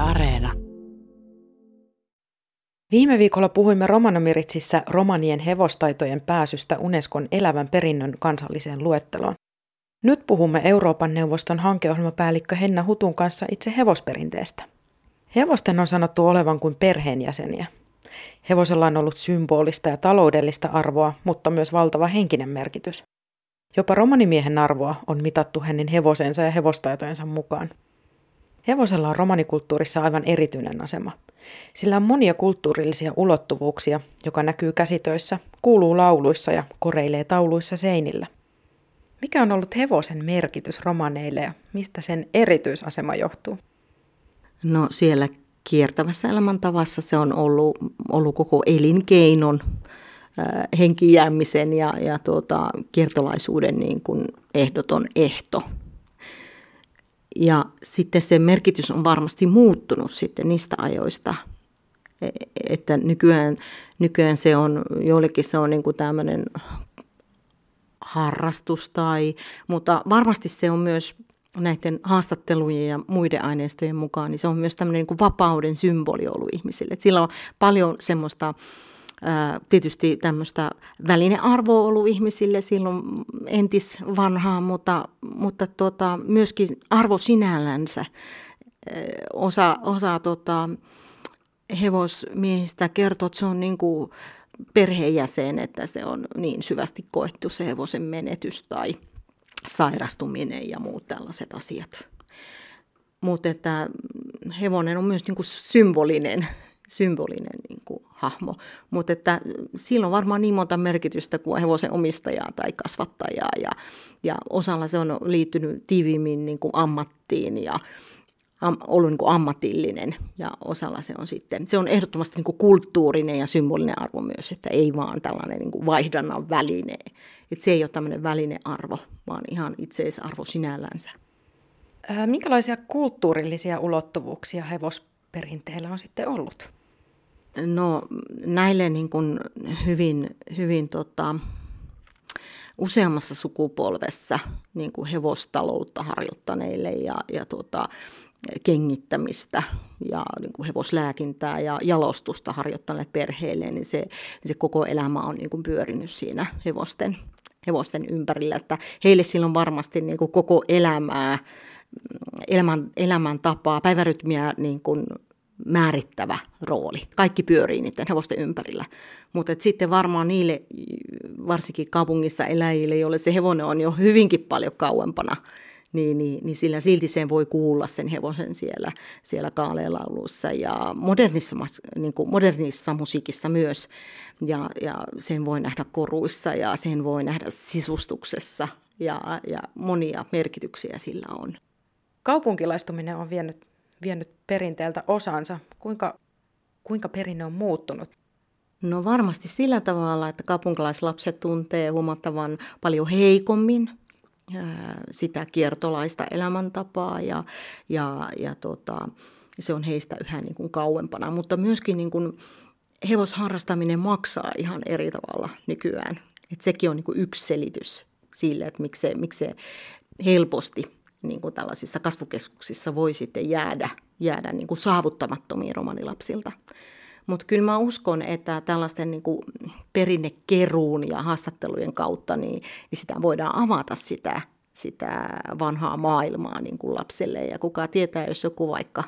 Areena. Viime viikolla puhuimme Romanomiritsissa romanien hevostaitojen pääsystä Unescon elävän perinnön kansalliseen luetteloon. Nyt puhumme Euroopan neuvoston hankeohjelmapäällikkö Henna Hutun kanssa itse hevosperinteestä. Hevosten on sanottu olevan kuin perheenjäseniä. Hevosella on ollut symbolista ja taloudellista arvoa, mutta myös valtava henkinen merkitys. Jopa romanimiehen arvoa on mitattu hänen hevosensa ja hevostaitojensa mukaan. Hevosella on romanikulttuurissa aivan erityinen asema. Sillä on monia kulttuurillisia ulottuvuuksia, joka näkyy käsitöissä, kuuluu lauluissa ja koreilee tauluissa seinillä. Mikä on ollut hevosen merkitys romaneille ja mistä sen erityisasema johtuu? No siellä kiertävässä elämäntavassa se on ollut koko elinkeinon henkijäämisen ja kiertolaisuuden niin kuin ehdoton ehto. Ja sitten se merkitys on varmasti muuttunut sitten niistä ajoista, että nykyään se on, joillekin se on niin kuin tämmöinen harrastus, mutta varmasti se on myös näiden haastattelujen ja muiden aineistojen mukaan, niin se on myös tämmöinen niin kuin vapauden symboli ollut ihmisille. Että sillä on paljon semmoista tietysti tämmöistä välinearvoa ollut ihmisille silloin entisvanhaan, mutta myöskin arvo sinällänsä. Osa hevosmiehistä kertoo, että se on niin kuin perheenjäsen, että se on niin syvästi koettu se hevosen menetys tai sairastuminen ja muut tällaiset asiat. Mutta että hevonen on myös niin kuin symbolinen niin kuin hahmo, mutta että sillä on varmaan niin monta merkitystä kuin hevosen omistajaa tai kasvattajaa ja osalla se on liittynyt tiiviimmin niin kuin ammattiin ja ollut niin kuin ammatillinen ja osalla se on ehdottomasti niin kuin kulttuurinen ja symbolinen arvo myös, että ei vaan tällainen niin kuin vaihdannan väline, että se ei ole tämmöinen välinearvo, vaan ihan itseisarvo sinällänsä. Minkälaisia kulttuurillisia ulottuvuuksia hevosperinteellä on sitten ollut? No näille niin kuin hyvin useammassa sukupolvessa niin kuin hevostaloutta harjoittaneille ja kengittämistä ja niin kuin hevoslääkintää ja jalostusta harjoittaneille perheille, niin se koko elämä on niin kuin pyörinyt siinä hevosten ympärillä, että heille silloin varmasti niin kuin koko elämäntapaa, päivärytmiä niin kuin määrittävä rooli. Kaikki pyörii niiden hevosten ympärillä. Mutta sitten varmaan niille, varsinkin kaupungissa eläjille, joille se hevonen on jo hyvinkin paljon kauempana, niin sillä silti sen voi kuulla sen hevosen siellä kaaleelaulussa ja modernissa musiikissa myös. Ja sen voi nähdä koruissa ja sen voi nähdä sisustuksessa ja monia merkityksiä sillä on. Kaupunkilaistuminen on vienyt perinteeltä osansa. Kuinka perinne on muuttunut? No varmasti sillä tavalla, että kaupunkilaislapset tuntee huomattavan paljon heikommin sitä kiertolaista elämäntapaa ja se on heistä yhä niin kuin kauempana. Mutta myöskin niin kuin hevosharrastaminen maksaa ihan eri tavalla nykyään. Et sekin on niin kuin yksi selitys sille, että miksi se helposti niin kuin tällaisissa kasvukeskuksissa voi sitten jäädä niin kuin saavuttamattomiin romanilapsilta. Mutta kyllä mä uskon, että tällaisten niin kuin perinnekeruun ja haastattelujen kautta niin sitä voidaan avata sitä vanhaa maailmaa niin kuin lapselle. Ja kuka tietää, jos joku vaikka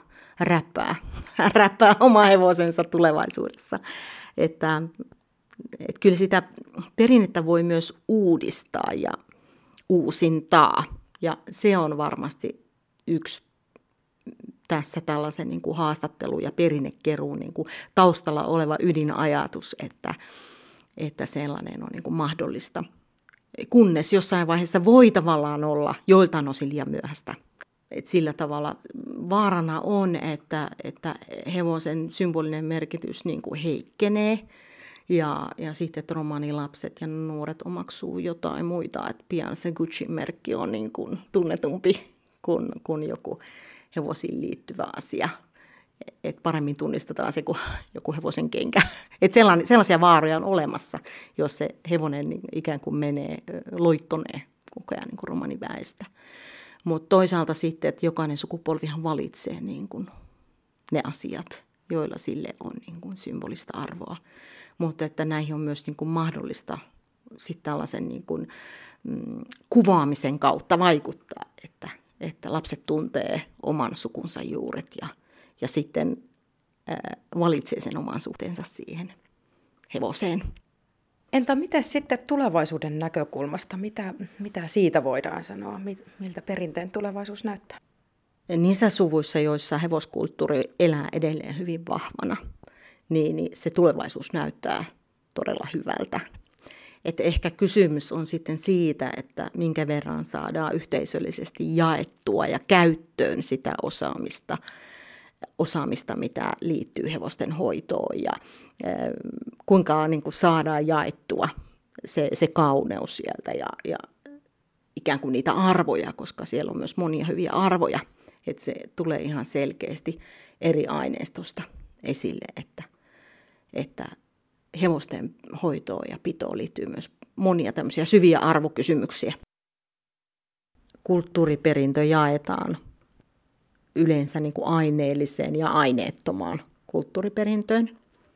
räppää oma hevosensa tulevaisuudessa. Että kyllä sitä perinnettä voi myös uudistaa ja uusintaa. Ja se on varmasti yksi tässä tällaisen niin kuin haastattelu- ja perinnekeruun niin kuin taustalla oleva ydinajatus, että sellainen on niin kuin mahdollista. Kunnes jossain vaiheessa voi tavallaan olla joiltain osin liian myöhäistä. Et sillä tavalla vaarana on, että hevosen symbolinen merkitys niin kuin heikkenee. Ja sitten, että romanilapset ja nuoret omaksuu jotain muita, että pian se Gucci-merkki on niin kuin tunnetumpi kuin joku hevosiin liittyvä asia. Että paremmin tunnistetaan se kuin joku hevosen kenkä. Että sellaisia vaaroja on olemassa, jos se hevonen ikään kuin loittonee koko ajan niin kuin romaniväestä. Mutta toisaalta sitten, että jokainen sukupolvihan valitsee niin kuin ne asiat, joilla sille on niin kuin symbolista arvoa. Mutta että näihin on myös niin kuin mahdollista sitten tällaisen niin kuin, kuvaamisen kautta vaikuttaa, että lapset tuntee oman sukunsa juuret ja sitten valitsee sen oman suhteensa siihen hevoseen. Entä miten sitten tulevaisuuden näkökulmasta? Mitä siitä voidaan sanoa? Miltä perinteen tulevaisuus näyttää? Niissä suvuissa, joissa hevoskulttuuri elää edelleen hyvin vahvana, niin se tulevaisuus näyttää todella hyvältä. Että ehkä kysymys on sitten siitä, että minkä verran saadaan yhteisöllisesti jaettua ja käyttöön sitä osaamista, mitä liittyy hevosten hoitoon ja kuinka niin kuin saadaan jaettua se kauneus sieltä ja ikään kuin niitä arvoja, koska siellä on myös monia hyviä arvoja, että se tulee ihan selkeästi eri aineistosta esille, että hevosten hoitoon ja pitoon liittyy myös monia tämmöisiä syviä arvokysymyksiä. Kulttuuriperintö jaetaan yleensä niin kuin aineelliseen ja aineettomaan kulttuuriperintöön.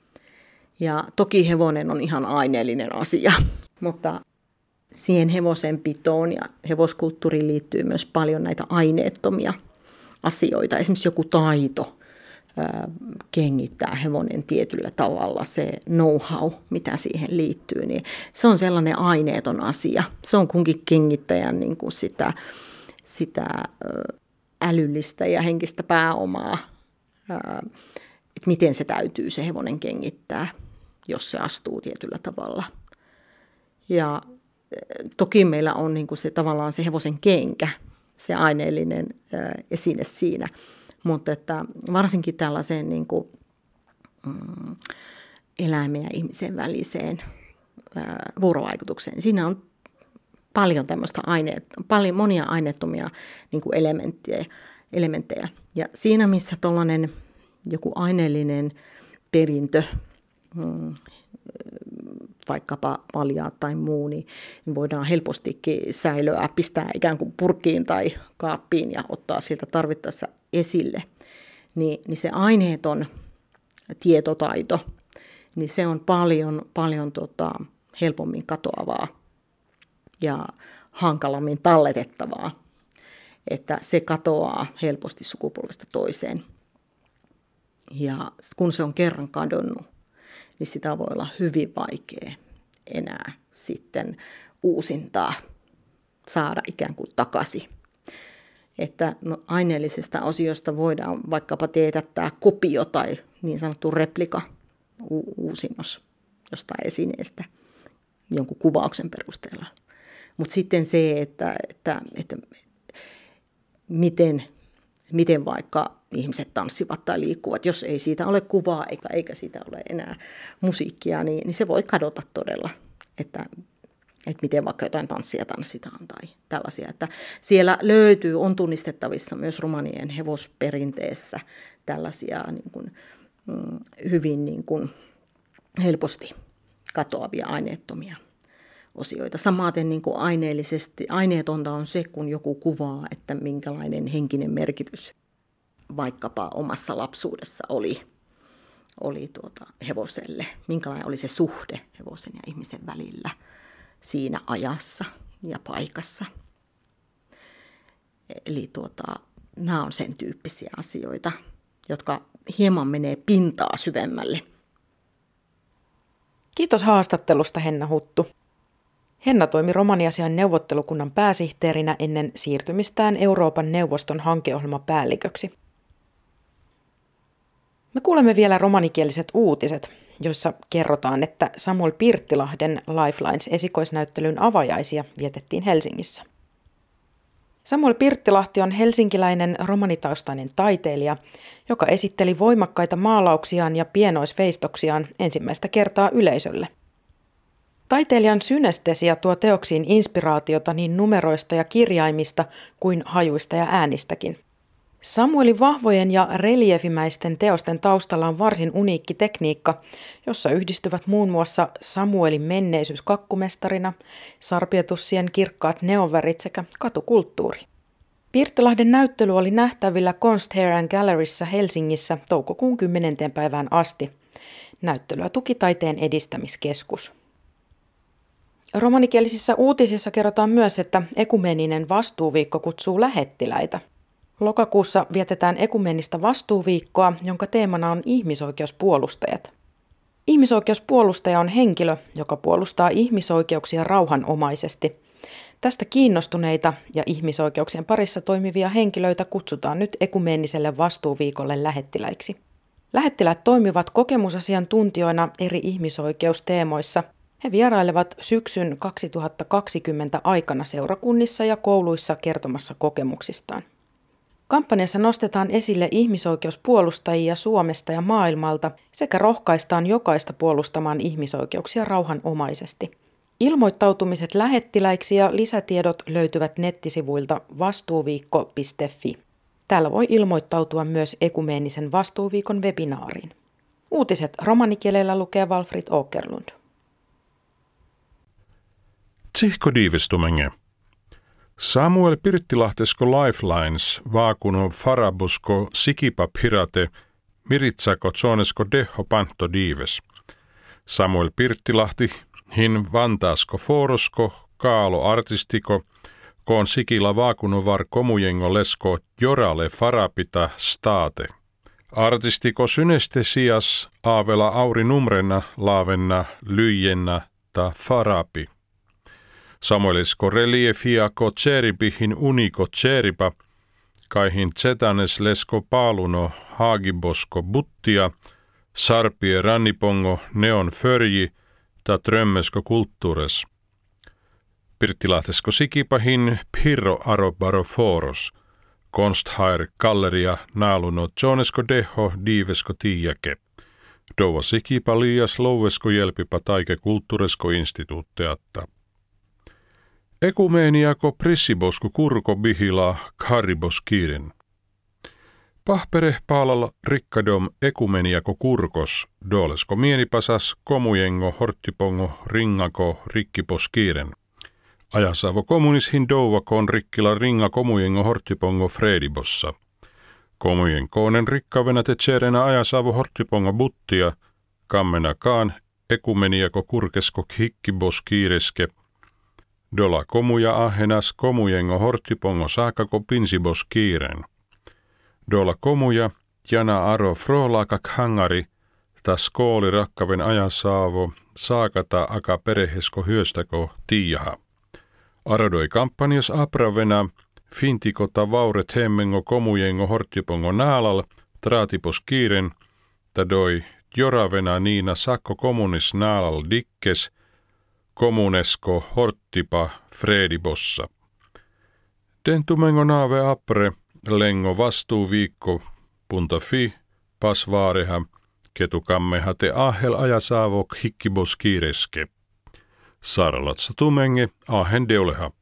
Ja toki hevonen on ihan aineellinen asia, mutta siihen hevosen pitoon ja hevoskulttuuriin liittyy myös paljon näitä aineettomia asioita. Esimerkiksi joku taito kengittää hevonen tietyllä tavalla, se know-how, mitä siihen liittyy, niin se on sellainen aineeton asia. Se on kunkin kengittäjän niin kuin sitä älyllistä ja henkistä pääomaa, että miten se täytyy se hevonen kengittää, jos se astuu tietyllä tavalla. Ja toki meillä on niin kuin se, tavallaan se hevosen kenkä, se aineellinen esine siinä, mutta että varsinkin tällaiseen niin kuin, eläimen ja ihmisen väliseen vuorovaikutukseen, siinä on paljon tämmöistä monia aineettomia niin kuin elementtejä. Ja siinä, missä tuollainen joku aineellinen perintö, vaikkapa paljaat tai muu, niin voidaan helpostikin säilöä, pistää ikään kuin purkkiin tai kaappiin ja ottaa sieltä tarvittaessa esille. Niin se aineeton tietotaito, niin se on paljon helpommin katoavaa ja hankalammin talletettavaa, että se katoaa helposti sukupolvesta toiseen. Ja kun se on kerran kadonnut, niin sitä voi olla hyvin vaikea enää sitten uusintaa, saada ikään kuin takaisin. Että aineellisesta osiosta voidaan vaikkapa teetättää kopio tai niin sanottu replika, uusinnos jostain esineestä jonkun kuvauksen perusteella. Mutta sitten se, että miten vaikka ihmiset tanssivat tai liikkuvat, jos ei siitä ole kuvaa eikä siitä ole enää musiikkia, niin se voi kadota todella, että miten vaikka jotain tanssia tanssitaan tai tällaisia. Että siellä on tunnistettavissa myös romanien hevosperinteessä tällaisia niin kuin, hyvin niin kuin helposti katoavia aineettomia osioita. Samaten niin kuin aineetonta on se, kun joku kuvaa, että minkälainen henkinen merkitys vaikkapa omassa lapsuudessa oli hevoselle. Minkälainen oli se suhde hevosen ja ihmisen välillä siinä ajassa ja paikassa. Eli nämä on sen tyyppisiä asioita, jotka hieman menee pintaa syvemmälle. Kiitos haastattelusta, Henna Huttu. Henna toimi romaniasiain neuvottelukunnan pääsihteerinä ennen siirtymistään Euroopan neuvoston hankeohjelmapäälliköksi. Me kuulemme vielä romanikieliset uutiset, joissa kerrotaan, että Samuel Pirttilahden Lifelines-esikoisnäyttelyn avajaisia vietettiin Helsingissä. Samuel Pirttilahti on helsinkiläinen romanitaustainen taiteilija, joka esitteli voimakkaita maalauksiaan ja pienoisveistoksiaan ensimmäistä kertaa yleisölle. Taiteilijan synestesia tuo teoksiin inspiraatiota niin numeroista ja kirjaimista kuin hajuista ja äänistäkin. Samuelin vahvojen ja reliefimäisten teosten taustalla on varsin uniikki tekniikka, jossa yhdistyvät muun muassa Samuelin menneisyys kakkumestarina, sarpietussien kirkkaat neonvärit sekä katukulttuuri. Pirttilahden näyttely oli nähtävillä Konst Hair and Galleryssä Helsingissä toukokuun 10. päivään asti. Näyttelyä tuki Taiteen edistämiskeskus. Romanikielisissä uutisissa kerrotaan myös, että ekumeeninen vastuuviikko kutsuu lähettiläitä. Lokakuussa vietetään ekumeenista vastuuviikkoa, jonka teemana on ihmisoikeuspuolustajat. Ihmisoikeuspuolustaja on henkilö, joka puolustaa ihmisoikeuksia rauhanomaisesti. Tästä kiinnostuneita ja ihmisoikeuksien parissa toimivia henkilöitä kutsutaan nyt ekumeeniselle vastuuviikolle lähettiläiksi. Lähettiläät toimivat kokemusasiantuntijoina eri ihmisoikeusteemoissa. He vierailevat syksyn 2020 aikana seurakunnissa ja kouluissa kertomassa kokemuksistaan. Kampanjassa nostetaan esille ihmisoikeuspuolustajia Suomesta ja maailmalta sekä rohkaistaan jokaista puolustamaan ihmisoikeuksia rauhanomaisesti. Ilmoittautumiset lähettiläiksi ja lisätiedot löytyvät nettisivuilta vastuuviikko.fi. Täällä voi ilmoittautua myös ekumeenisen vastuuviikon webinaariin. Uutiset romanikielellä lukee Walfrid Åkerlund. Tsihko diivestumenge. Samuel Pirttilahdesko Lifelines vaakuno farabusko sikipa pirate miritsako tsonesko deho panto diives. Samuel Pirttilahti hin vantaasko forosko kaalo artistiko koon sikila vaakuno var komujengo lesko jorale farapita staate. Artistiko synestesias aavela auri numrena laavenna lyijennä ta farapi. Samuelisko reliefiako tseripihin uniko tseripa, kaihin tsetanes lesko paaluno haagibosko buttia, sarpie rannipongo neon förji ta trömmesko kulttuures. Pirttilahdesko sikipahin pirro arobaro foros, konsthair galleria naaluno tjonesko deho diivesko tiiäke. Dova sikipa liias louvesko jelpipa taike kulttuuresko instituutteatta. Ekumeeniako prissibosku kurko bihila karibos kiiren. Pahpere paalalla rikkadom ekumeniako kurkos, dolesko mienipasas komujengo horttipongo ringako rikkipos kiiren. Ajasavo kommunishin douvakon rikkila ringa komujengo horttipongo fredibossa. Komujenkoonen rikkavena te tserenä ajasavo horttipongo buttia, kammenakaan ekumeniako kurkesko hikkibos kiireske. Dola komuja ahenas komujengo horttipongo saakako pinsibos kiiren. Dola komuja jana aro froolakak hangari ta skooli rakkaven ajasaavo saakata aka perehesko hyöstäko tiijaha. Aradoi kampanjas apravena fintikota vauret hemmengo komujengo horttipongo naalal traatipos kiiren ta doi joravena niina sakko kommunis naalal dikkes kommunesko horttipa fredibossa. Dentumengo naave apre lengo vastuuviikko punta.fi pasvaareha ketukammeha te ahel ajasaavok hikkibos kiireske. Saralatsa tumenge ahen deuleha.